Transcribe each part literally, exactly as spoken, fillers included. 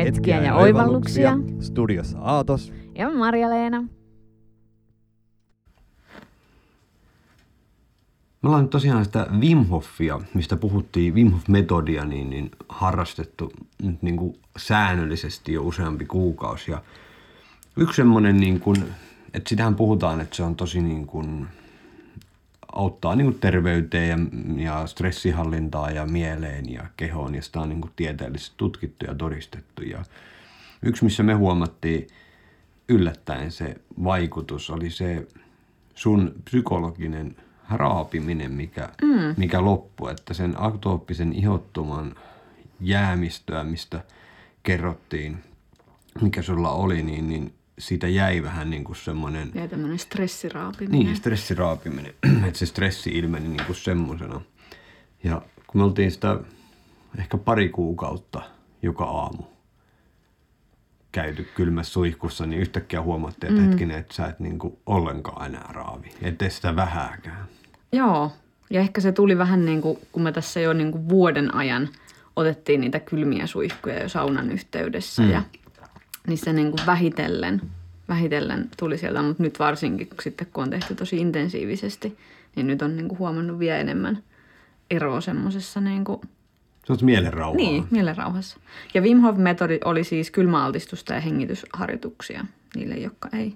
hetkiä ja oivalluksia. Studiossa Aatos Ja Marja-Leena. Me ollaan nyt tosiaan sitä Wim Hofia, mistä puhuttiin, Wim Hof-metodia, niin, niin harrastettu nyt niin kuin säännöllisesti jo useampi kuukausi. Ja yksi semmoinen, niin kuin, että sitähän puhutaan, että se on tosi niin kuin, auttaa niin kuin terveyteen ja, ja stressihallintaan ja mieleen ja kehoon. Ja sitä on niin kuin tieteellisesti tutkittu ja todistettu. Ja yksi, missä me huomattiin yllättäen se vaikutus, oli se sun psykologinen raapiminen, mikä, mm. mikä loppui, että sen atooppisen ihottuman jäämistöä, mistä kerrottiin, mikä sulla oli, niin, niin siitä jäi vähän niin kuin semmoinen... Ja tämmöinen stressiraapiminen. Niin, stressiraapiminen, että se stressi ilmeni niin kuin semmoisena. Ja kun me oltiin sitä ehkä pari kuukautta joka aamu käyty kylmässä suihkussa, niin yhtäkkiä huomattiin, että mm. hetkinen, että sä et niin kuin ollenkaan enää raavi, ettei sitä vähääkään. Joo, ja ehkä se tuli vähän niin kuin, kun me tässä jo niin kuin vuoden ajan otettiin niitä kylmiä suihkuja jo saunan yhteydessä, mm. ja niin se niin kuin vähitellen, vähitellen tuli sieltä, mutta nyt varsinkin sitten, kun on tehty tosi intensiivisesti, niin nyt on niin kuin huomannut vielä enemmän eroa semmoisessa niin kuin... Se on mielenrauhaa. Niin, mielenrauhassa. Ja Wim Hof-metodi oli siis kylmäaltistusta ja hengitysharjoituksia niille, jotka ei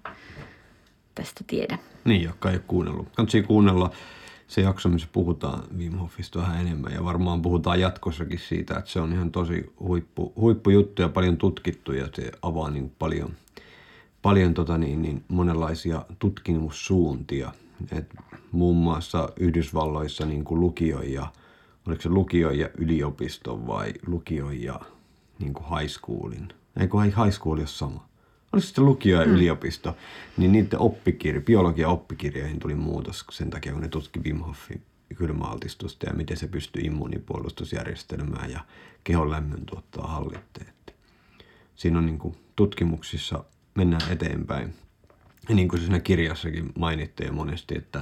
tästä tiedä. Niin, jotka ei ole kuunnellut. Kannattaa kuunnella se jakso, missä puhutaan Wim Hofista vähän enemmän. Ja varmaan puhutaan jatkossakin siitä, että se on ihan tosi huippu, huippujuttu ja paljon tutkittu. Ja se avaa niin paljon, paljon tota niin, niin monenlaisia tutkimussuuntia. Et muun muassa Yhdysvalloissa niin kuin lukion ja oliko se lukion ja yliopiston vai lukion ja niin kuin high schoolin? Eikö high school ole sama? Oliko se lukio ja mm. yliopisto? Niin niiden oppikirja, biologian oppikirjoihin tuli muutos sen takia, kun ne tutki Wim Hofin kylmäaltistusta ja miten se pystyy immuunipuolustusjärjestelmään ja kehon lämmön tuottaa hallitteen. Siinä on niin kuin tutkimuksissa mennään eteenpäin. Ja niin kuin siinä kirjassakin mainittiin monesti, että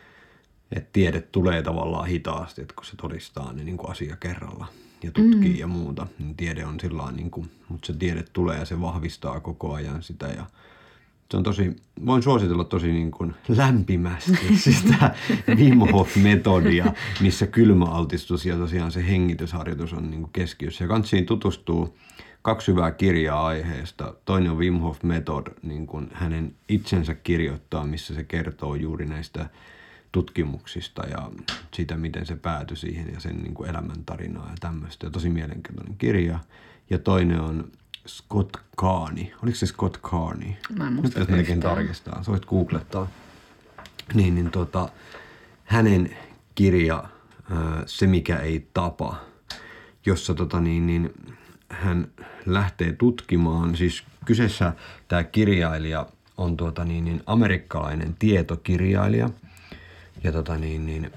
että tiede tulee tavallaan hitaasti, että kun se todistaa niin, niin kuin asia kerralla ja tutkii mm. ja muuta, niin tiede on sillä lailla, niin kuin, mutta se tiede tulee ja se vahvistaa koko ajan sitä. Ja se on tosi, voin suositella tosi niin kuin lämpimästi sitä Wim Hof-metodia, missä kylmäaltistus ja tosiaan se hengitysharjoitus on niin kuin keskiössä. Ja kanssiin tutustuu kaksi hyvää kirjaa aiheesta. Toinen on Wim Hof-metod, niin kuin hänen itsensä kirjoittaa, missä se kertoo juuri näistä tutkimuksista ja siitä, miten se päätyi siihen ja sen niin kuin elämäntarinaa ja tämmöistä. Ja tosi mielenkiintoinen kirja. Ja toinen on Scott Carney. Oliko se Scott Carney? Mä en muista. Nyt melkein tarkistaa. Sä voit googlettaa. Niin, niin tota, hänen kirja Se, mikä ei tapa, jossa tota niin, niin hän lähtee tutkimaan. Siis kyseessä tämä kirjailija on tuota niin, niin amerikkalainen tietokirjailija. Ja tota niin, niin...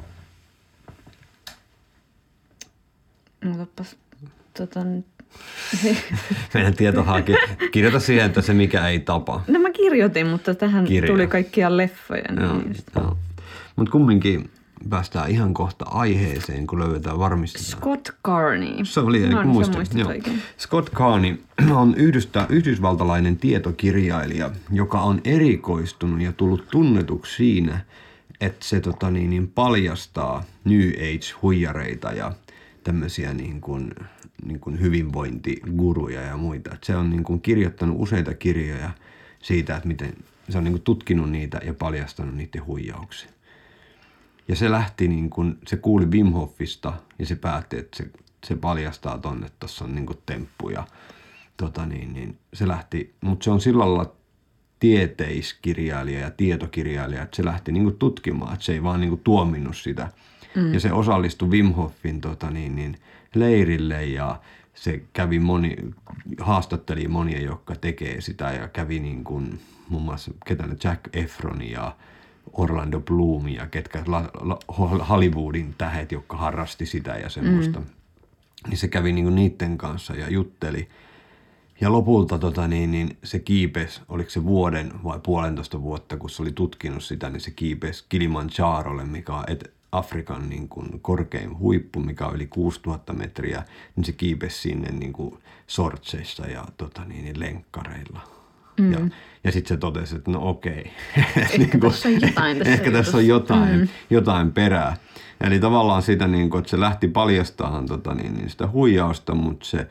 Otapas, tota... Meidän tietohaki. Kirjoita siihen, että se mikä ei tapa. No mä kirjoitin, mutta tähän Kirja. tuli kaikkia leffoja. Joo, niin joo. Mutta kumminkin päästään ihan kohta aiheeseen, kun löydetään varmistetaan. Scott Carney. Se oli, no, kun muistin. Scott Carney on yhdystä, yhdysvaltalainen tietokirjailija, joka on erikoistunut ja tullut tunnetuksi siinä, että se tota, niin, niin paljastaa New Age-huijareita ja tämmöisiä niin kuin, niin kuin hyvinvointiguruja ja muita. Et se on niin kuin kirjoittanut useita kirjoja siitä, että miten se on niin kuin tutkinut niitä ja paljastanut niiden huijauksia. Ja se lähti, niin kuin, se kuuli Wim Hofista ja se päätti, että se, se paljastaa tonne, että tuossa on niin kuin temppu. Ja, tota niin, niin se lähti, mutta se on sillä lailla tieteiskirjailija ja tietokirjailija, että se lähti niin kuin tutkimaan, että se ei vaan niin kuin tuominnut sitä. Mm. Ja se osallistui Wim Hofin tota niin, niin, leirille ja se kävi moni, haastatteli monia, jotka tekee sitä ja kävi niin kuin muun muassa ketä ne Zac Efron ja Orlando Bloom ja ketkä la, la, Hollywoodin tähet, jotka harrasti sitä ja semmoista. Mm. Niin se kävi niin kuin niiden kanssa ja jutteli. Ja lopulta tota, niin, niin se kiipesi, oliko se vuoden vai puolentoista vuotta, kun se oli tutkinut sitä, niin se kiipesi Kilimanjarolle, mikä on et, Afrikan niin kuin korkein huippu, mikä oli kuusituhatta metriä, niin se kiipesi sinne niin kuin sortseissa ja tota niin, niin lenkkareilla. Mm. Ja, ja sitten se totesi, että no okei. Ehkä niin kuin, tässä on jotain. Tässä ehkä tässä on jotain, mm. jotain perää. Eli tavallaan sitä, niin kuin, että se lähti paljastamaan tota niin, niin sitä huijausta, mutta se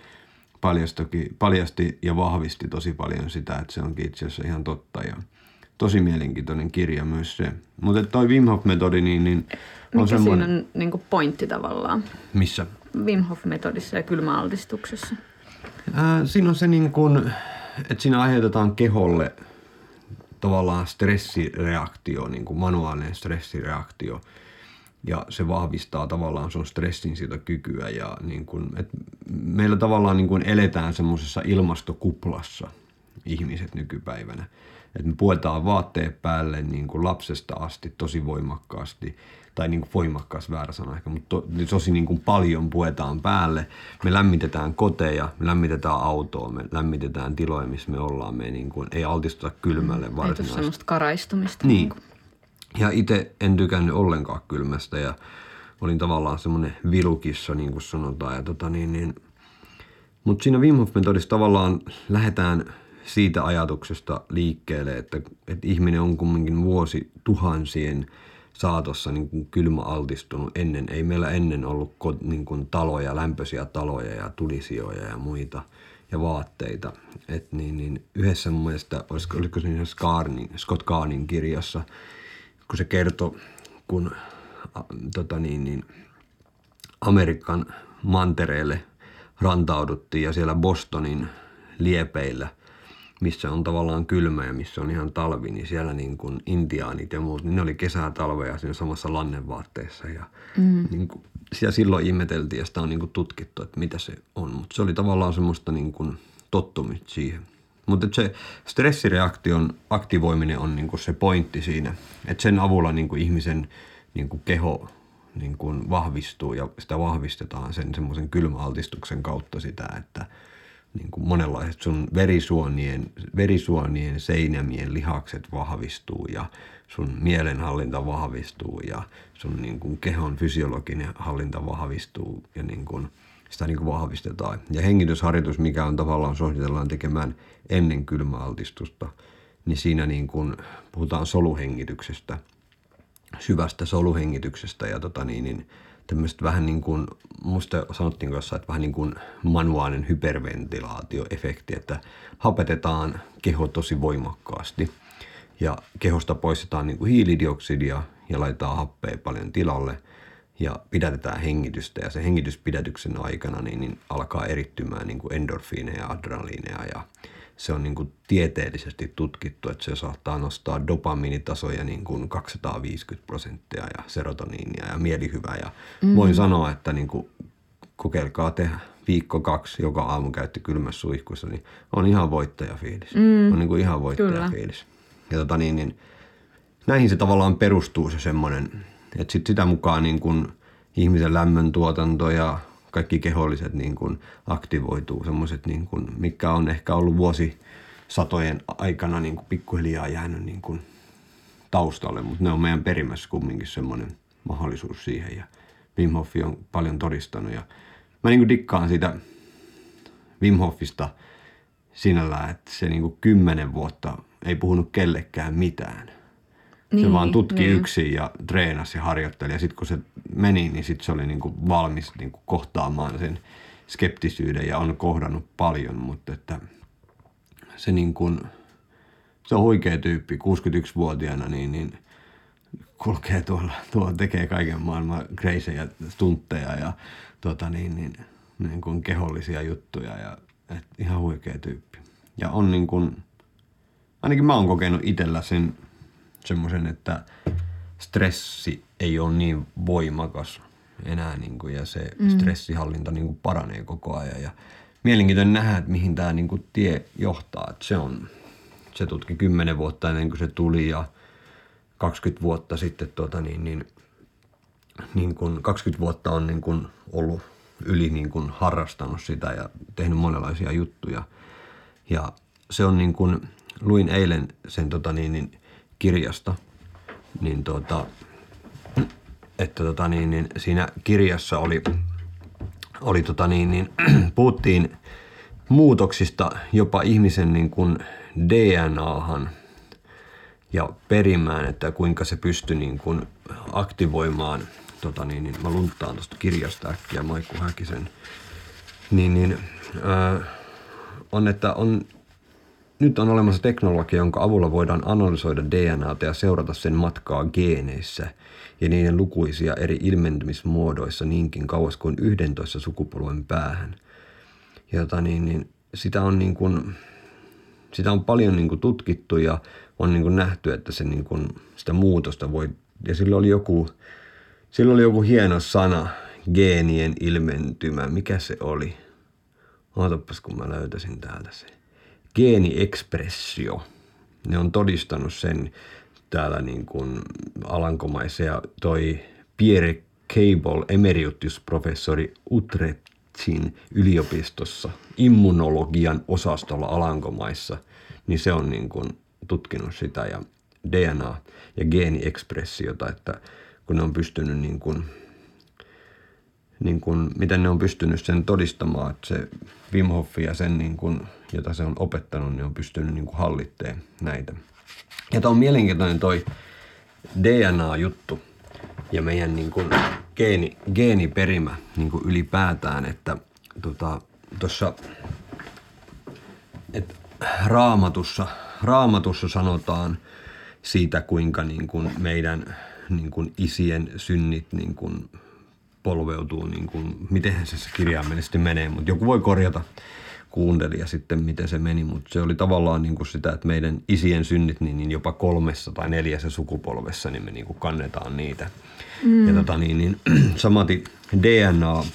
paljasti ja vahvisti tosi paljon sitä, että se onkin itse asiassa ihan totta. Ja tosi mielenkiintoinen kirja myös se. Mutta toi Wim Hof-metodi, niin, niin on mikä semmoinen... siinä on niin kuin pointti tavallaan? Missä? Wim Hof-metodissa ja kylmäaltistuksessa. Ää, siinä on se niin kuin, että siinä aiheutetaan keholle tavallaan stressireaktio, niin kuin manuaalinen stressireaktio. Ja se vahvistaa tavallaan sun stressinsietokykyä ja niin kuin, että meillä tavallaan niin kuin eletään semmoisessa ilmastokuplassa ihmiset nykypäivänä. Että me puetaan vaatteet päälle niin kuin lapsesta asti tosi voimakkaasti, tai niin kuin voimakkaas väärä sana ehkä, mutta to, tosi niin kuin paljon puetaan päälle. Me lämmitetään koteja, me lämmitetään autoa, me lämmitetään tiloja, missä me ollaan. Me niin kuin, ei altistuta kylmälle mm, varsinaisesti. Ei tule semmoista karaistumista. Niin. niin ja itse en tykännyt ollenkaan kylmästä ja olin tavallaan semmoinen vilukissa, niin kuin sanotaan. Ja tota niin, niin. Mutta siinä Wim Hof-metodissa tavallaan lähdetään siitä ajatuksesta liikkeelle, että, että ihminen on kumminkin vuosi tuhansien saatossa niin kuin kylmäaltistunut ennen. Ei meillä ennen ollut niin kuin taloja, lämpöisiä taloja ja tulisijoja ja muita ja vaatteita. Et niin, niin yhdessä mun mielestä, olisiko, oliko se niin Scarnin, Scott Kahnin kirjassa, kun se kertoi, kun a, tota niin, niin, Amerikan mantereelle rantauduttiin ja siellä Bostonin liepeillä, missä on tavallaan kylmä ja missä on ihan talvi, niin siellä niin kuin intiaanit ja muut, niin ne oli kesää talveja siinä samassa lannenvaatteessa. Ja, mm. niin kuin, ja silloin ihmeteltiin ja sitä on niin kuin tutkittu, että mitä se on. Mutta se oli tavallaan semmoista niin kuin tottumista siihen. Mutta se stressireaktion aktivoiminen on niin kuin se pointti siinä, että sen avulla niin kuin ihmisen niin kuin keho niin kuin vahvistuu ja sitä vahvistetaan sen semmoisen kylmäaltistuksen kautta sitä, että niin kuin monenlaiset sun verisuonien, verisuonien seinämien lihakset vahvistuu ja sun mielenhallinta vahvistuu ja sun niin kuin kehon fysiologinen hallinta vahvistuu ja niin kuin sitä niin kuin vahvistetaan. Ja hengitysharjoitus, mikä on tavallaan suositellaan tekemään ennen kylmäaltistusta, niin siinä niin kuin puhutaan soluhengityksestä, syvästä soluhengityksestä ja tota niin, niin tämmöistä vähän niin kuin, musta sanottiin jossain, että vähän niin kuin manuaalinen hyperventilaatioefekti, että hapetetaan keho tosi voimakkaasti ja kehosta poistetaan niin kuin hiilidioksidia ja laitetaan happea paljon tilalle ja pidätetään hengitystä ja se hengityspidätyksen aikana niin, niin alkaa erittymään niin kuin endorfiineja ja adrenaliineja ja se on niin kuin tieteellisesti tutkittu, että se saattaa nostaa dopamiinitasoja niin kuin kaksisataaviisikymmentä prosenttia ja serotoniinia ja mielihyvää. Ja mm. voin sanoa, että niin kuin kokeilkaa tehdä viikko kaksi, joka aamu käytte kylmässä suihkussa, niin on ihan voittajafiilis. Mm. On niin kuin ihan voittajafiilis. Ja tota niin, niin näihin se tavallaan perustuu se semmoinen, että sit sitä mukaan niin kuin ihmisen lämmöntuotanto ja kaikki keholliset niin kuin aktivoituu, semmoiset, niin kuin, mikä on ehkä ollut vuosisatojen aikana niin kuin pikkuhiljaa jäänyt niin kuin taustalle, mutta ne on meidän perimässä kumminkin semmoinen mahdollisuus siihen ja Wim Hof on paljon todistanut ja mä niin kuin dikkaan sitä Wim Hofista sinällään, että se niin kuin kymmenen vuotta ei puhunut kellekään mitään. Niin, se vaan tutki niin. yksin ja treenasi ja harjoitteli. Ja sitten kun se meni, niin sitten se oli niinku valmis niinku kohtaamaan sen skeptisyyden ja on kohdannut paljon. Mutta että se, niinku, se on huikea tyyppi. kuusikymmentäyksivuotiaana niin, niin kulkee tuolla, tuolla, tekee kaiken maailman kreisejä stuntteja ja tota niin, niin, niin kuin kehollisia juttuja. Ja, et ihan huikea tyyppi. Ja on niin kuin, ainakin mä oon kokenut itsellä sen semmoisen, että stressi ei ole niin voimakas enää niin kuin, ja se mm. stressihallinta niin kuin paranee koko ajan. Ja mielenkiintoinen nähdä, että mihin tämä niin kuin tie johtaa. Että se on, se tutki kymmenen vuotta ennen kuin se tuli ja kaksikymmentä vuotta sitten, tuota, niin, niin, niin kuin kaksikymmentä vuotta on niin kuin ollut yli niin kuin harrastanut sitä ja tehnyt monenlaisia juttuja. Ja se on niin kuin, luin eilen sen tota niin, niin kirjasta, niin tuota, että tota niin, niin siinä kirjassa oli, oli tota niin, niin, puhuttiin muutoksista jopa ihmisen niin kuin D N A:han ja perimään, että kuinka se pystyi niin kuin aktivoimaan, tota niin, niin mä lunttaan tuosta kirjasta äkkiä Maikku Häkisen, niin, niin ää, on, että on, nyt on olemassa teknologia, jonka avulla voidaan analysoida D N A:ta ja seurata sen matkaa geeneissä ja niiden lukuisia eri ilmentymismuodoissa niinkin kauas kuin yhdentoista sukupolven päähän. Ja tota niin, niin sitä on niin kuin, sitä on paljon niin kuin tutkittu ja on niin kuin nähty, että se niin kuin, sitä muutosta voi, ja sillä oli joku, sillä oli joku hieno sana, geenien ilmentymä. Mikä se oli? Ootapas, kun mä löytäisin täältä se. Geeniekspressio. Ne on todistanut sen täällä niin kuin Alankomaissa ja toi Pierre Cable, emeritusprofessori Utrechtin yliopistossa immunologian osastolla Alankomaissa, niin se on niin kuin tutkinut sitä ja D N A ja geeniekspressiota, että kun ne on pystynyt niin kuin, niin kuin, miten ne on pystynyt sen todistamaan, että se Wim Hof ja sen, niin kuin, jota se on opettanut, ne on pystynyt niin kuin hallitteen näitä. Ja tämä on mielenkiintoinen toi D N A-juttu ja meidän niin kuin geeni, geeniperimä niin kuin ylipäätään, että tuossa tota, että raamatussa, raamatussa sanotaan siitä, kuinka niin kuin meidän niin kuin isien synnit niin kuin polveutuu, niin kuin, miten se kirjaimellisesti menee, mutta joku voi korjata kuuntelija sitten, miten se meni, mutta se oli tavallaan niin kuin sitä, että meidän isien synnit niin, niin jopa kolmessa tai neljässä sukupolvessa, niin me niin kuin kannetaan niitä. Mm. Ja tota niin, niin samati D N A,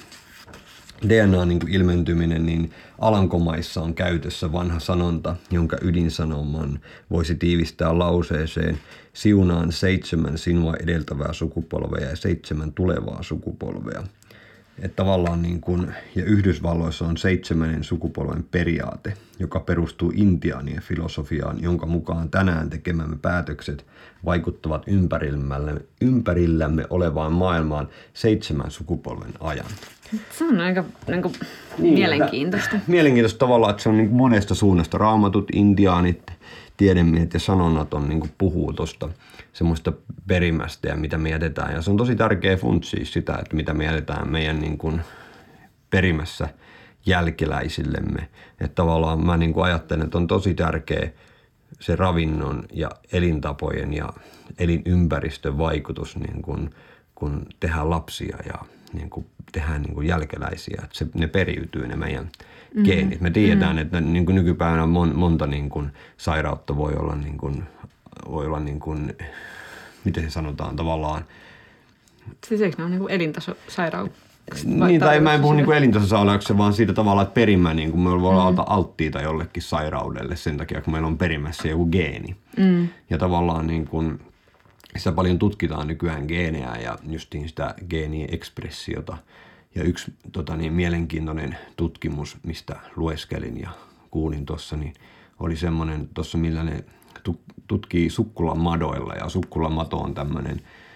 D N A niin kuin ilmentyminen, niin Alankomaissa on käytössä vanha sanonta, jonka ydinsanoman voisi tiivistää lauseeseen: siunaan seitsemän sinua edeltävää sukupolvea ja seitsemän tulevaa sukupolvea. Että tavallaan niin kuin, ja Yhdysvalloissa on seitsemännen sukupolven periaate, joka perustuu intiaanien filosofiaan, jonka mukaan tänään tekemämme päätökset vaikuttavat ympärillämme, ympärillämme olevaan maailmaan seitsemän sukupolven ajan. Se on aika niin kuin, niin, mielenkiintoista. Mielenkiintoista tavallaan, että se on niin kuin monesta suunnasta. Raamatut, intiaanit, tiedemiehet ja sanonnat on, niin kuin puhuu tuosta semmoista perimästä ja mitä me jätetään. Ja se on tosi tärkeä funtsia sitä, että mitä me jätetään meidän niin kuin perimässä jälkeläisillemme. Että tavallaan mä niin kuin ajattelen, että on tosi tärkeä se ravinnon ja elintapojen ja elinympäristön vaikutus, niin kuin, kun tehdään lapsia ja niin kuin tehdään niin kuin jälkeläisiä. Että se, ne periytyy ne meidän mm-hmm. geenit. Me tiedetään, mm-hmm. että niin kuin nykypäivänä mon, monta niin kuin sairautta voi olla, niin kuin, voi olla niin kuin, miten se sanotaan tavallaan. Siis eikö ne ole niin kuin elintasosairauksia? Niin, tai mä en puhu niin kuin elintasosairauksista, vaan siitä tavalla, että perimä, niin kuin me voi olla mm-hmm. alttiita jollekin sairaudelle sen takia, kun meillä on perimässä joku geeni. Mm. Ja tavallaan niin kuin, sitä paljon tutkitaan nykyään geenejä ja justiin sitä geeniekspressiota. Ja yksi tota niin, mielenkiintoinen tutkimus, mistä lueskelin ja kuulin tuossa, niin oli semmoinen tuossa, millä ne tutkii sukkulamadoilla. Ja sukkulamato on tämmöinen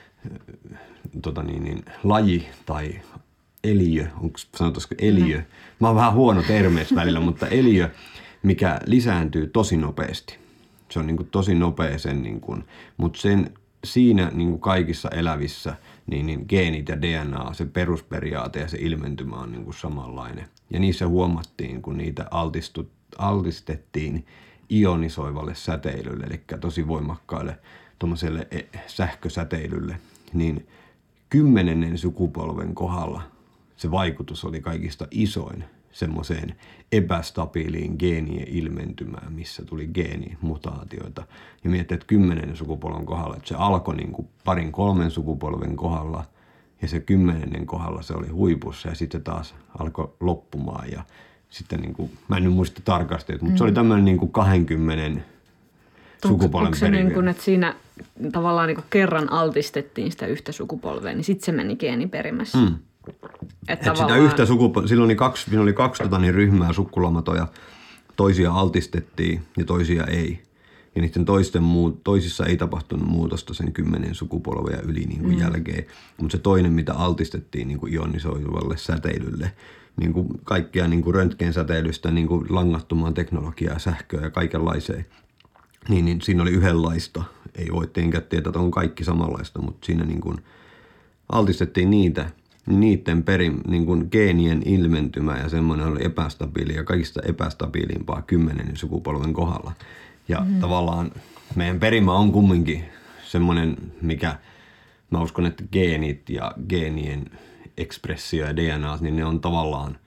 tota niin, niin, laji tai eliö, onko sanotaanko eliö? Mä oon vähän huono termeissä välillä, mutta eliö, mikä lisääntyy tosi nopeasti. Se on niin kuin tosi nopea sen, niin kuin, mutta sen siinä niin kuin kaikissa elävissä niin, niin geenit ja D N A, se perusperiaate ja se ilmentymä on niin kuin samanlainen. Ja niissä huomattiin, kun niitä altistut, altistettiin ionisoivalle säteilylle, eli tosi voimakkaille tuommoiselle sähkösäteilylle, niin kymmenennen sukupolven kohdalla se vaikutus oli kaikista isoin semmoiseen epästabiiliin geenien ilmentymään, missä tuli geenimutaatioita. Ja miettii, että kymmenen sukupolven kohdalla, että se alkoi niin kuin parin kolmen sukupolven kohdalla ja se kymmenennen kohdalla se oli huipussa ja sitten taas alkoi loppumaan. Ja sitten niin kuin, mä en nyt muista tarkasti, mutta mm. se oli tämmöinen niin kuin kahdenkymmenen sukupolven onko se niin kuin, että siinä tavallaan niin kuin kerran altistettiin sitä yhtä sukupolvea, niin sitten se meni geeniperimässä? Mm. Että Et sitä yhtä sukupolvea, silloin oli kaksi, siinä oli kaksi tota, niin ryhmää sukkulamatoja, toisia altistettiin ja toisia ei. Ja niiden toisten muu, toisissa ei tapahtunut muutosta sen kymmenen sukupolvea yli niin kuin mm. jälkeen. Mutta se toinen, mitä altistettiin niin kuin ionisoiduvalle säteilylle, niin kuin kaikkea niin kuin röntgensäteilystä, niin kuin langattomaan teknologiaa, sähköä ja kaikenlaiseen, niin, niin siinä oli yhdenlaista. Ei voi tietenkään tietää, että on kaikki samanlaista, mutta siinä niin kuin altistettiin niitä, niin niiden perin, niin kuin geenien ilmentymä ja semmoinen oli epästabiili ja kaikista epästabiilimpaa kymmenen sukupolven kohdalla. Ja mm. tavallaan meidän perimä on kumminkin semmoinen, mikä mä uskon, että geenit ja geenien ekspressio ja D N A, niin ne on tavallaan,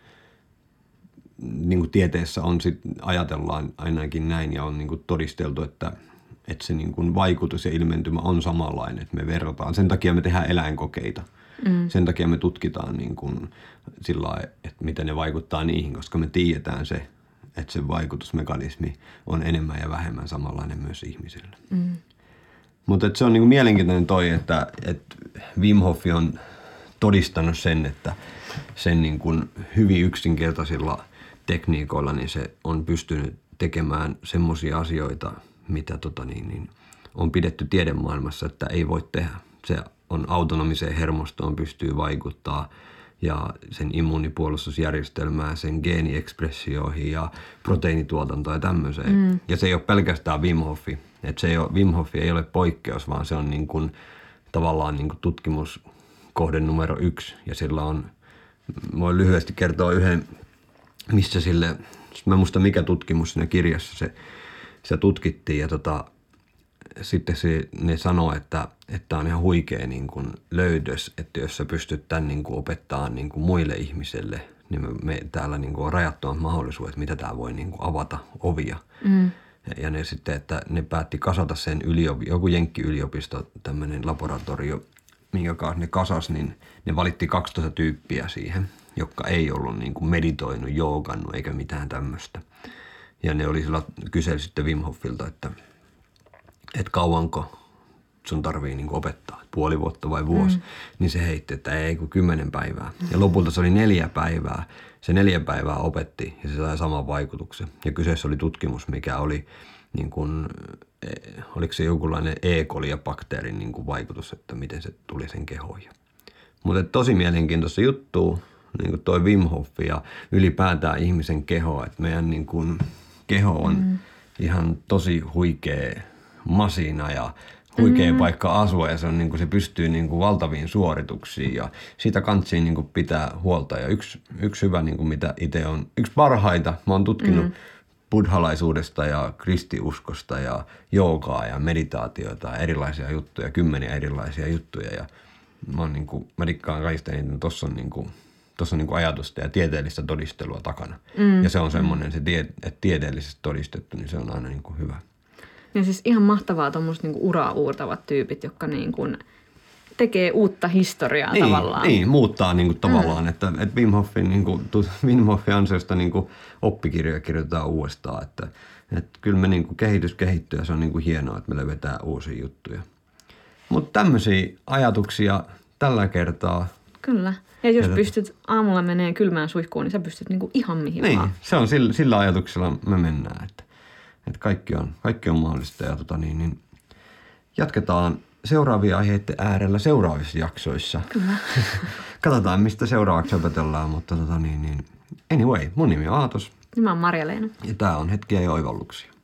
niin kuin tieteessä on sit, ajatellaan ainakin näin ja on niin kuin todisteltu, että, että se niin kuin vaikutus ja ilmentymä on samanlainen, että me verrataan. Sen takia me tehdään eläinkokeita. Mm. Sen takia me tutkitaan niin kuin sillä lailla, että miten ne vaikuttaa niihin, koska me tiedetään se, että se vaikutusmekanismi on enemmän ja vähemmän samanlainen myös ihmisille. Mm. Mutta se on niinku mielenkiintoinen toi, että, että Wim Hof on todistanut sen, että sen niinku hyvin yksinkertaisilla tekniikoilla niin se on pystynyt tekemään semmoisia asioita, mitä tota niin, niin on pidetty tiedemaailmassa, että ei voi tehdä. Se on autonomiseen hermostoon, pystyy vaikuttaa ja sen immuunipuolustusjärjestelmään, sen geeniekspressioihin ja proteiinituotantoon ja tämmöiseen. Mm. Ja se ei ole pelkästään Wim Hofi. Että se ei ole, Wim Hof ei ole poikkeus, vaan se on niin kuin, tavallaan niin kuin tutkimuskohde numero yksi. Ja sillä on, voin lyhyesti kertoa yhden, missä sille, mä en muista mikä tutkimus siinä kirjassa se, se tutkittiin ja tota, sitten se, ne sanoo, että että on ihan huikea niin kuin löydös, että jos sä pystyt tämän niin kuin opettamaan niin kuin muille ihmisille, niin me, me täällä niin kuin on rajattomat mahdollisuudet, mitä tämä voi niin kuin avata ovia. Mm. Ja, ja ne sitten, että ne päätti kasata sen yliopi, joku jenkki-yliopisto, tämmöinen laboratorio, minkä kanssa ne kasas, niin ne valitti kaksitoista tyyppiä siihen, jotka ei ollut niin kuin meditoinut, joogannut eikä mitään tämmöistä. Ja ne oli sillä kysely sitten Wim Hofilta, että, että kauanko sun tarvii niin kuin opettaa, puoli vuotta vai vuosi, mm. niin se heitti, että ei kun kymmenen päivää. Ja lopulta se oli neljä päivää. Se neljä päivää opetti ja se sai saman vaikutuksen. Ja kyseessä oli tutkimus, mikä oli, niin kuin, oliko se jonkunlainen E. coli ja bakteerin niin kuin vaikutus, että miten se tuli sen kehoon. Mutta tosi mielenkiintoista juttua, niin kuin toi Wim Hof ja ylipäätään ihmisen keho, että meidän niin kuin keho on mm. ihan tosi huikea masina ja huikea mm. paikka asua ja se, on, niin kuin, se pystyy niin kuin, valtaviin suorituksiin ja siitä kantsiin niin kuin, pitää huolta. Ja yksi, yksi hyvä, niin kuin, mitä itse on, yksi parhaita, mä oon tutkinut mm. buddhalaisuudesta ja kristiuskosta ja joogaa ja meditaatioita ja erilaisia juttuja, kymmeniä erilaisia juttuja. Ja mä, oon, niin kuin, mä dikkaan kaikista eniten, tossa on, niin kuin, tossa on niin kuin, ajatusta ja tieteellistä todistelua takana. Mm. Ja se on semmoinen, se tie, että tieteellisesti todistettu, niin se on aina niin kuin, hyvä. Ja siis ihan mahtavaa tuommoiset niinku uraa uurtavat tyypit, jotka niinku tekee uutta historiaa niin, tavallaan. Niin, muuttaa niinku tavallaan, mm. että, että Wim Hofin, niinku, Wim Hofin ansiosta niinku oppikirjoja kirjoitetaan uudestaan. Että, että kyllä me niinku kehitys kehittyy ja se on niinku hienoa, että me löydetään uusia juttuja. Mutta tämmöisiä ajatuksia tällä kertaa. Kyllä. Ja jos ja pystyt aamulla menee kylmään suihkuun, niin sä pystyt niinku ihan mihin niin, vaan. Se on sillä, sillä ajatuksella me mennään, että Että kaikki on, kaikki on mahdollista ja tota niin, niin jatketaan seuraavia aiheiden äärellä seuraavissa jaksoissa. Kyllä. Katsotaan, mistä seuraavaksi opetellaan, mutta tota niin, niin anyway, mun nimi on Aatos. Ja mä oon Marja-Leena. Ja tää on Hetkiä ja oivalluksia.